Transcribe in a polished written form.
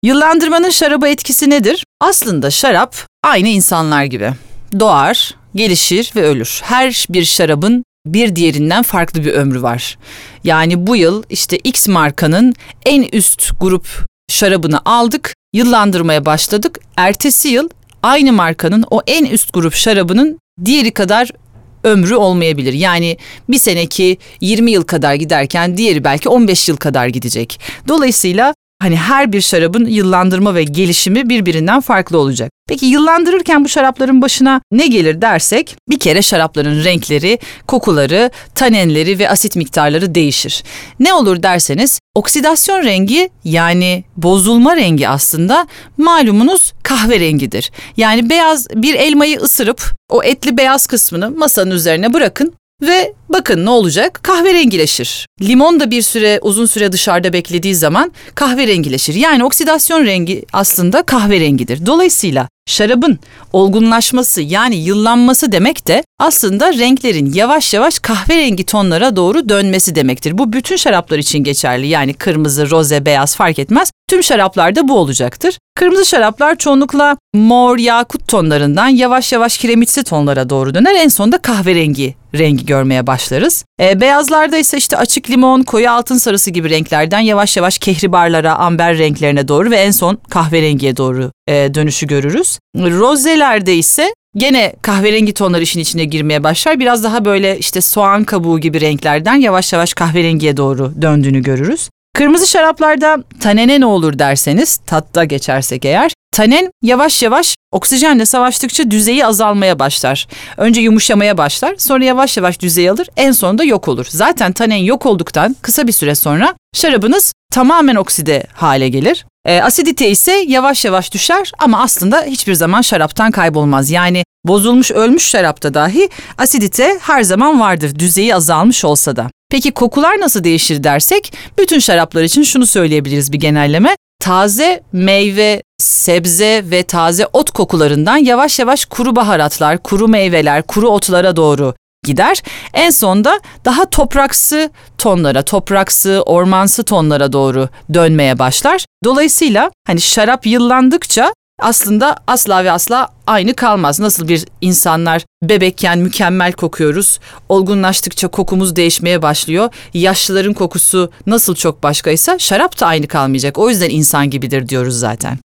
Yıllandırmanın şaraba etkisi nedir? Aslında şarap aynı insanlar gibi. Doğar, gelişir ve ölür. Her bir şarabın bir diğerinden farklı bir ömrü var. Yani bu yıl işte X markanın en üst grup şarabını aldık, yıllandırmaya başladık. Ertesi yıl aynı markanın o en üst grup şarabının diğeri kadar ömrü olmayabilir. Yani bir seneki 20 yıl kadar giderken diğeri belki 15 yıl kadar gidecek. Dolayısıyla hani her bir şarabın yıllandırma ve gelişimi birbirinden farklı olacak. Peki yıllandırırken bu şarapların başına ne gelir dersek, bir kere şarapların renkleri, kokuları, tanenleri ve asit miktarları değişir. Ne olur derseniz, oksidasyon rengi yani bozulma rengi aslında malumunuz kahverengidir. Yani beyaz bir elmayı ısırıp o etli beyaz kısmını masanın üzerine bırakın ve bakın ne olacak? Kahverengileşir. Limon da uzun süre dışarıda beklediği zaman kahverengileşir. Yani oksidasyon rengi aslında kahverengidir. Dolayısıyla şarabın olgunlaşması yani yıllanması demek de aslında renklerin yavaş yavaş kahverengi tonlara doğru dönmesi demektir. Bu bütün şaraplar için geçerli. Yani kırmızı, roze, beyaz fark etmez. Tüm şaraplarda bu olacaktır. Kırmızı şaraplar çoğunlukla mor, yakut tonlarından yavaş yavaş kiremitsi tonlara doğru döner. En sonunda kahverengi rengi görmeye başlarız. Beyazlarda ise işte açık limon, koyu altın sarısı gibi renklerden yavaş yavaş kehribarlara, amber renklerine doğru ve en son kahverengiye doğru dönüşü görürüz. Rozelerde ise gene kahverengi tonlar işin içine girmeye başlar. Biraz daha böyle işte soğan kabuğu gibi renklerden yavaş yavaş kahverengiye doğru döndüğünü görürüz. Kırmızı şaraplarda tanene ne olur derseniz, tatta geçersek eğer, tanen yavaş yavaş oksijenle savaştıkça düzeyi azalmaya başlar. Önce yumuşamaya başlar, sonra yavaş yavaş düzeyi alır, en sonunda yok olur. Zaten tanen yok olduktan kısa bir süre sonra şarabınız tamamen okside hale gelir. Asidite ise yavaş yavaş düşer ama aslında hiçbir zaman şaraptan kaybolmaz. Yani bozulmuş, ölmüş şarapta dahi asidite her zaman vardır, düzeyi azalmış olsa da. Peki kokular nasıl değişir dersek, bütün şaraplar için şunu söyleyebiliriz bir genelleme. Taze meyve, sebze ve taze ot kokularından yavaş yavaş kuru baharatlar, kuru meyveler, kuru otlara doğru gider. En sonda daha topraksı tonlara, topraksı, ormansı tonlara doğru dönmeye başlar. Dolayısıyla hani şarap yıllandıkça aslında asla ve asla aynı kalmaz. Nasıl bir insanlar bebekken mükemmel kokuyoruz, olgunlaştıkça kokumuz değişmeye başlıyor. Yaşlıların kokusu nasıl çok başkaysa şarap da aynı kalmayacak. O yüzden insan gibidir diyoruz zaten.